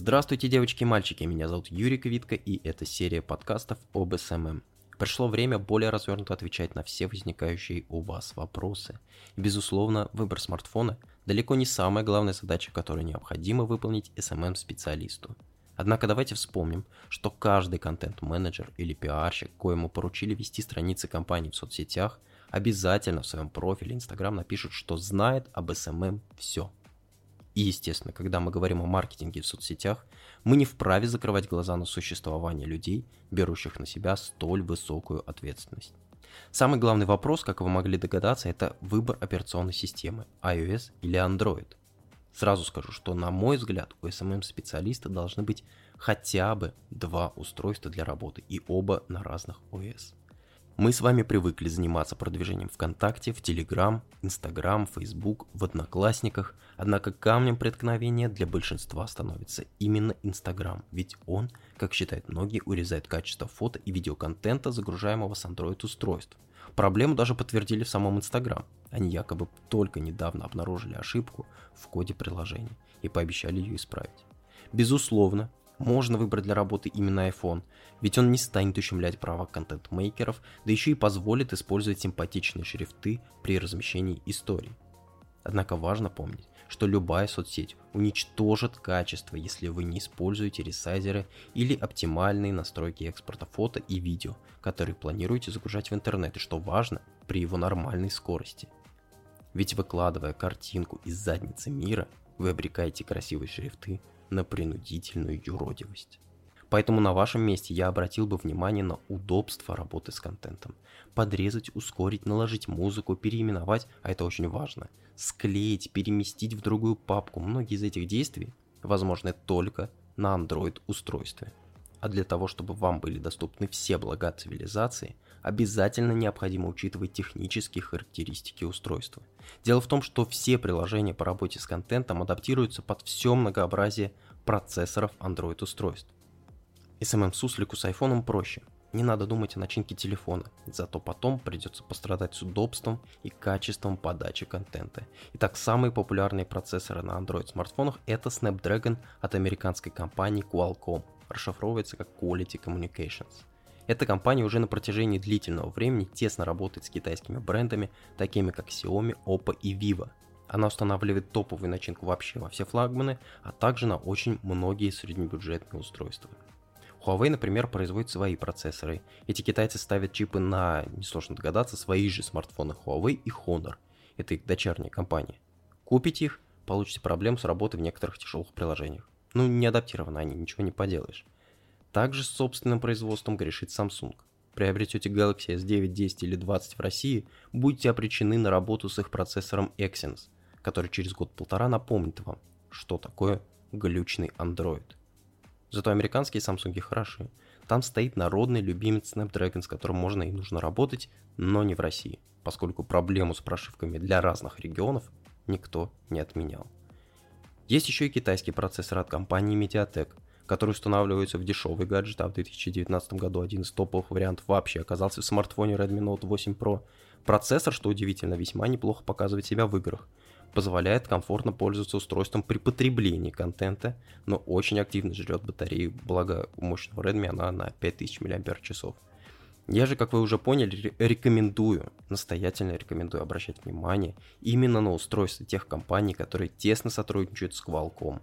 Здравствуйте, девочки и мальчики, меня зовут Юрий Квитко, и это серия подкастов об SMM. Пришло время более развернуто отвечать на все возникающие у вас вопросы. И, безусловно, выбор смартфона далеко не самая главная задача, которую необходимо выполнить SMM-специалисту. Однако давайте вспомним, что каждый контент-менеджер или пиарщик, коему поручили вести страницы компании в соцсетях, обязательно в своем профиле Instagram напишет, что знает об SMM все. И, естественно, когда мы говорим о маркетинге в соцсетях, мы не вправе закрывать глаза на существование людей, берущих на себя столь высокую ответственность. Самый главный вопрос, как вы могли догадаться, это выбор операционной системы – iOS или Android. Сразу скажу, что, на мой взгляд, у SMM-специалиста должны быть хотя бы два устройства для работы, и оба на разных ОС. Мы с вами привыкли заниматься продвижением ВКонтакте, в Telegram, Instagram, Facebook, в Одноклассниках, однако камнем преткновения для большинства становится именно Instagram, ведь он, как считают многие, урезает качество фото и видеоконтента, загружаемого с Android-устройств. Проблему даже подтвердили в самом Instagram. Они якобы только недавно обнаружили ошибку в коде приложения и пообещали ее исправить. Безусловно, можно выбрать для работы именно iPhone, ведь он не станет ущемлять права контент-мейкеров, да еще и позволит использовать симпатичные шрифты при размещении историй. Однако важно помнить, что любая соцсеть уничтожит качество, если вы не используете ресайзеры или оптимальные настройки экспорта фото и видео, которые планируете загружать в интернет, и что важно, при его нормальной скорости. Ведь выкладывая картинку из задницы мира, вы обрекаете красивые шрифты на принудительную юродивость. Поэтому на вашем месте я обратил бы внимание на удобство работы с контентом. Подрезать, ускорить, наложить музыку, переименовать, а это очень важно, склеить, переместить в другую папку. Многие из этих действий возможны только на Android-устройстве. А для того, чтобы вам были доступны все блага цивилизации, обязательно необходимо учитывать технические характеристики устройства. Дело в том, что все приложения по работе с контентом адаптируются под все многообразие процессоров Android-устройств. SMM-суслику с iPhone проще. Не надо думать о начинке телефона, зато потом придется пострадать с удобством и качеством подачи контента. Итак, самые популярные процессоры на Android-смартфонах это Snapdragon от американской компании Qualcomm, расшифровывается как Quality Communications. Эта компания уже на протяжении длительного времени тесно работает с китайскими брендами, такими как Xiaomi, Oppo и Vivo. Она устанавливает топовую начинку вообще во все флагманы, а также на очень многие среднебюджетные устройства. Huawei, например, производит свои процессоры. Эти китайцы ставят чипы на, несложно догадаться, свои же смартфоны Huawei и Honor. Это их дочерняя компания. Купите их, получите проблем с работой в некоторых тяжелых приложениях. Не адаптированы они, ничего не поделаешь. Также с собственным производством грешит Samsung. Приобретете Galaxy S9, 10 или 20 в России, будете обречены на работу с их процессором Exynos, который через год-полтора напомнит вам, что такое глючный Android. Зато американские Samsung хороши. Там стоит народный любимец Snapdragon, с которым можно и нужно работать, но не в России, поскольку проблему с прошивками для разных регионов никто не отменял. Есть еще и китайский процессор от компании MediaTek, который устанавливается в дешевый гаджет, а в 2019 году один из топовых вариантов вообще оказался в смартфоне Redmi Note 8 Pro. Процессор, что удивительно, весьма неплохо показывает себя в играх. Позволяет комфортно пользоваться устройством при потреблении контента, но очень активно жрет батарею, благо у мощного Redmi она на 5000 мАч. Я же, как вы уже поняли, настоятельно рекомендую обращать внимание именно на устройства тех компаний, которые тесно сотрудничают с Qualcomm.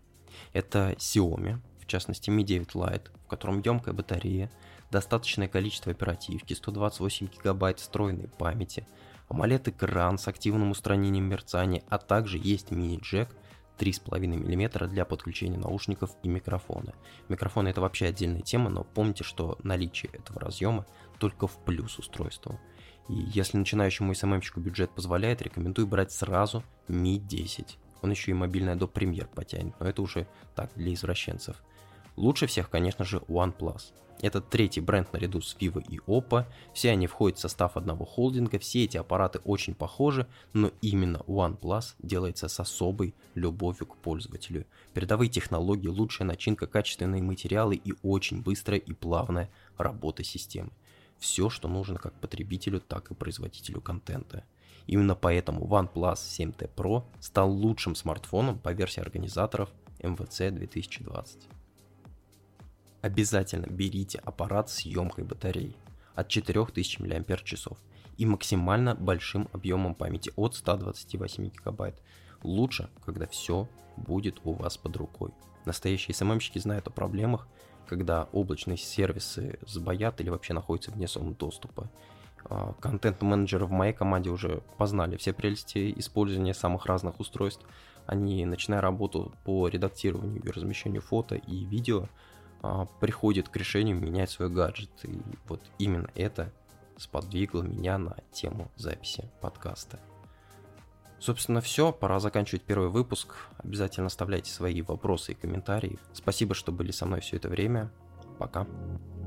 Это Xiaomi, в частности Mi 9 Lite, в котором емкая батарея, достаточное количество оперативки, 128 ГБ встроенной памяти, AMOLED-экран с активным устранением мерцания, а также есть мини-джек 3,5 мм для подключения наушников и микрофона. Микрофон это вообще отдельная тема, но помните, что наличие этого разъема только в плюс устройству. И если начинающему SMM-щику бюджет позволяет, рекомендую брать сразу Mi 10. Он еще и мобильный Adobe Premiere потянет, но это уже так, для извращенцев. Лучше всех, конечно же, OnePlus. Это третий бренд наряду с Vivo и Oppo. Все они входят в состав одного холдинга, все эти аппараты очень похожи, но именно OnePlus делается с особой любовью к пользователю. Передовые технологии, лучшая начинка, качественные материалы и очень быстрая и плавная работа системы. Все, что нужно как потребителю, так и производителю контента. Именно поэтому OnePlus 7T Pro стал лучшим смартфоном по версии организаторов МВЦ 2020. Обязательно берите аппарат с емкой батареи от 4000 мАч и максимально большим объемом памяти от 128 ГБ. Лучше, когда все будет у вас под рукой. Настоящие СММщики знают о проблемах, когда облачные сервисы сбоят или вообще находятся вне зоны доступа. Контент-менеджеры в моей команде уже познали все прелести использования самых разных устройств. Они, начиная работу по редактированию и размещению фото и видео, приходят к решению менять свой гаджет. И вот именно это сподвигло меня на тему записи подкаста. Собственно, все, пора заканчивать первый выпуск. Обязательно оставляйте свои вопросы и комментарии. Спасибо, что были со мной все это время. Пока.